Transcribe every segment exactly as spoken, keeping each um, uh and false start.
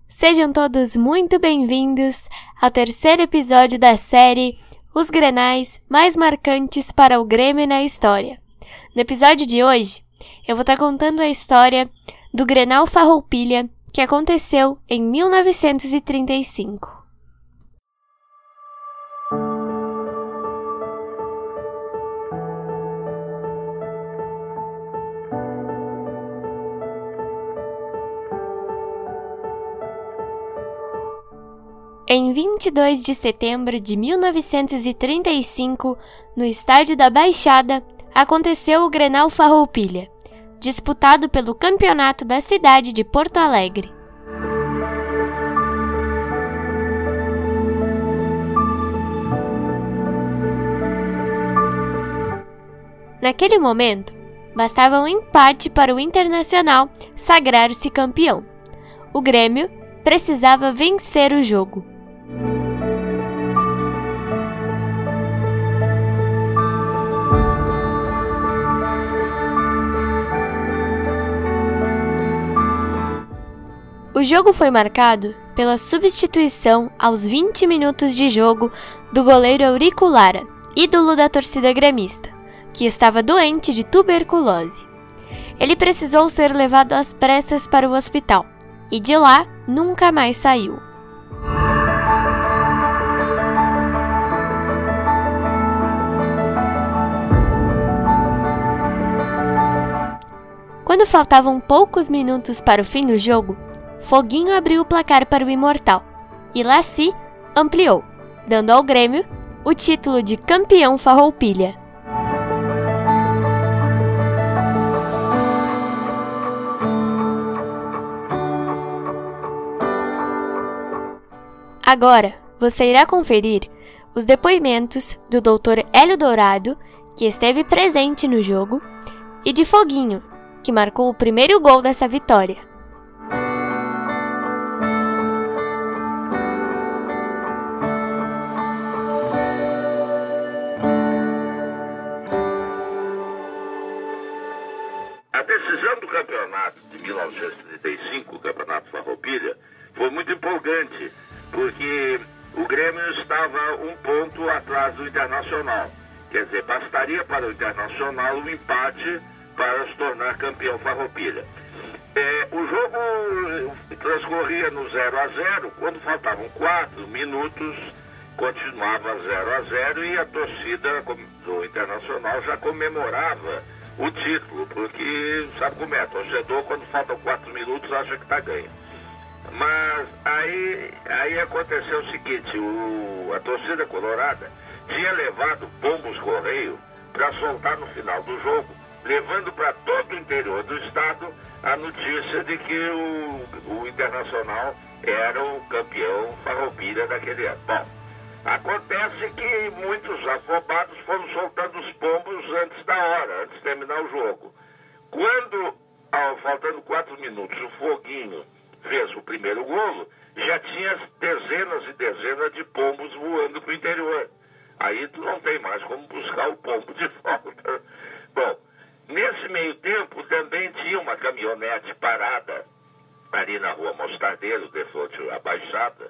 Sejam todos muito bem-vindos ao terceiro episódio da série Os Grenais mais marcantes para o Grêmio na história. No episódio de hoje, eu vou estar contando a história do Grenal Farroupilha, que aconteceu em mil novecentos e trinta e cinco. Em vinte e dois de setembro de mil novecentos e trinta e cinco, no estádio da Baixada, aconteceu o Grenal Farroupilha, disputado pelo campeonato da cidade de Porto Alegre. Naquele momento, bastava um empate para o Internacional sagrar-se campeão. O Grêmio precisava vencer o jogo. O jogo foi marcado pela substituição aos vinte minutos de jogo do goleiro Eurico Lara, ídolo da torcida gremista, que estava doente de tuberculose. Ele precisou ser levado às pressas para o hospital e de lá nunca mais saiu. Quando faltavam poucos minutos para o fim do jogo, Foguinho abriu o placar para o Imortal e Laci ampliou, dando ao Grêmio o título de campeão Farroupilha. Agora, você irá conferir os depoimentos do doutor Hélio Dourado, que esteve presente no jogo, e de Foguinho, que marcou o primeiro gol dessa vitória. A decisão do campeonato de mil novecentos e trinta e cinco, o Campeonato Farroupilha, foi muito empolgante, porque o Grêmio estava um ponto atrás do Internacional. Quer dizer, bastaria para o Internacional um empate para se tornar campeão Farroupilha. É, o jogo transcorria no zero a zero, quando faltavam quatro minutos, continuava zero a zero e a torcida do Internacional já comemorava o título, porque sabe como é, torcedor quando faltam quatro minutos acha que está ganho. Mas aí, aí aconteceu o seguinte, o, a torcida colorada tinha levado pombos correio para soltar no final do jogo, levando para todo o interior do estado a notícia de que o, o Internacional era o campeão Farroupilha daquele ano. Bom, acontece que muitos afobados foram soltando os pombos antes da hora, antes de terminar o jogo. Quando, ao, faltando quatro minutos, o Foguinho fez o primeiro golo, já tinha dezenas e dezenas de pombos voando para o interior. Aí tu não tem mais como buscar o pombo de volta. Bom, nesse meio tempo também tinha uma caminhonete parada ali na rua Mostardeiro, de frente à Baixada,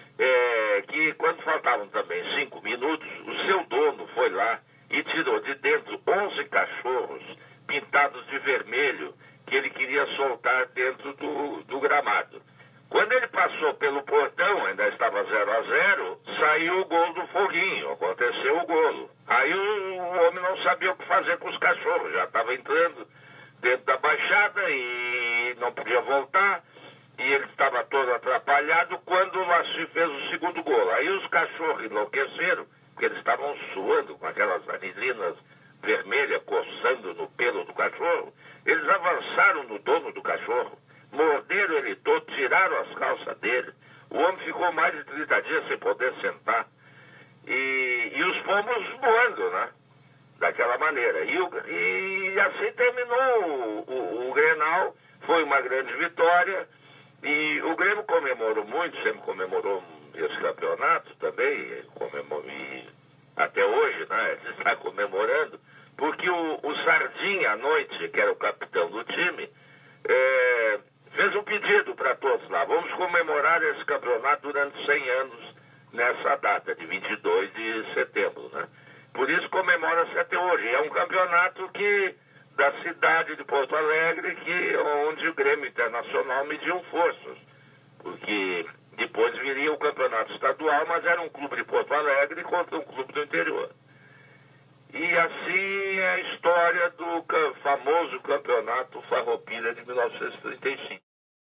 é, que quando faltavam também cinco minutos, o seu dono foi lá e tirou de dentro onze cachorros pintados de vermelho que ele queria soltar dentro do, do gramado. Quando ele passou pelo portão, ainda estava zero a zero, saiu o gol do Foguinho, aconteceu o golo. Aí o, o homem não sabia o que fazer com os cachorros, já estava entrando dentro da Baixada e não podia voltar, e ele estava todo atrapalhado quando o Laci fez o segundo gol. Aí os cachorros enlouqueceram, porque eles estavam suando com aquelas anilinas vermelhas coçando no pelo do cachorro. Eles avançaram no dono do cachorro, morderam ele todo, tiraram as calças dele. O homem ficou mais de trinta dias sem poder sentar. E, e os pombos voando, né? Daquela maneira. E, o, e assim terminou o, o, o Grenal. Foi uma grande vitória. E o Grêmio comemorou muito, sempre comemorou esse campeonato também. Comemorou, e até hoje, né? Ele está comemorando. Porque o, o Sardinha, à noite, que era o capitão do time, é, fez um pedido para todos lá. Vamos comemorar esse campeonato durante cem anos nessa data, de vinte e dois de setembro, né? Por isso comemora-se até hoje. É um campeonato que da cidade de Porto Alegre, que, onde o Grêmio Internacional mediu forças. Porque depois viria o campeonato estadual, mas era um clube de Porto Alegre contra um clube do interior. E assim é a história do famoso campeonato Farroupilha de mil novecentos e trinta e cinco.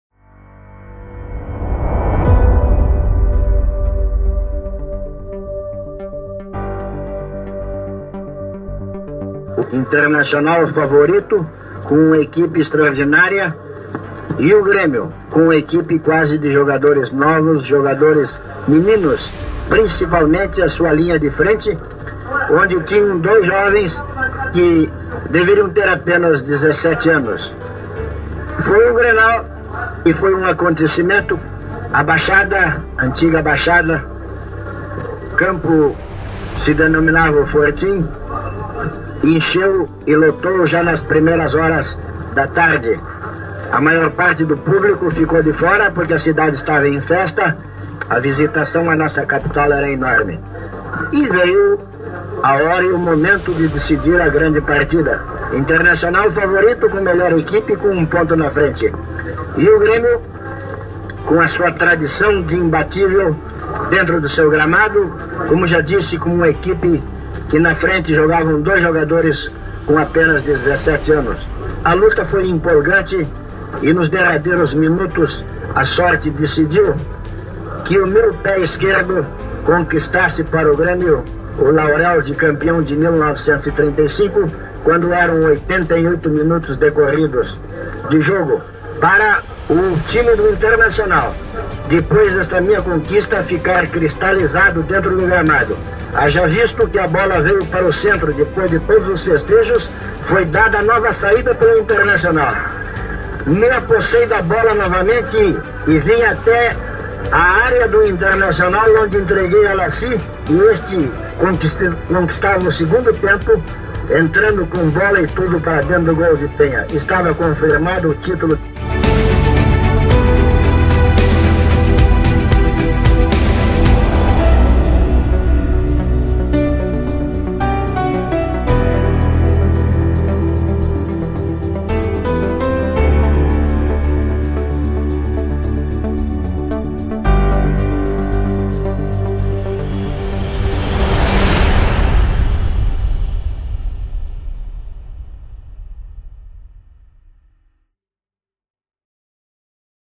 Internacional favorito, com uma equipe extraordinária, e o Grêmio, com uma equipe quase de jogadores novos, jogadores meninos, principalmente a sua linha de frente, onde tinham dois jovens que deveriam ter apenas dezessete anos. Foi um Grenal e foi um acontecimento. A Baixada, a antiga Baixada, campo se denominava Fortim, encheu e lotou já nas primeiras horas da tarde. A maior parte do público ficou de fora porque a cidade estava em festa, a visitação à nossa capital era enorme. E veio a hora e o momento de decidir a grande partida. Internacional favorito com melhor equipe, com um ponto na frente. E o Grêmio, com a sua tradição de imbatível dentro do seu gramado, como já disse, com uma equipe que na frente jogavam dois jogadores com apenas dezessete anos. A luta foi empolgante e nos derradeiros minutos a sorte decidiu que o meu pé esquerdo conquistasse para o Grêmio o laurel de campeão de mil novecentos e trinta e cinco, quando eram oitenta e oito minutos decorridos de jogo para o time do Internacional, depois desta minha conquista, ficar cristalizado dentro do gramado. Haja visto que a bola veio para o centro, depois de todos os festejos, foi dada nova saída pelo Internacional. Me apossei da bola novamente e vim até a área do Internacional, onde entreguei a Laci, e este conquistava o segundo tempo, entrando com bola e tudo para dentro do gol de Penha. Estava confirmado o título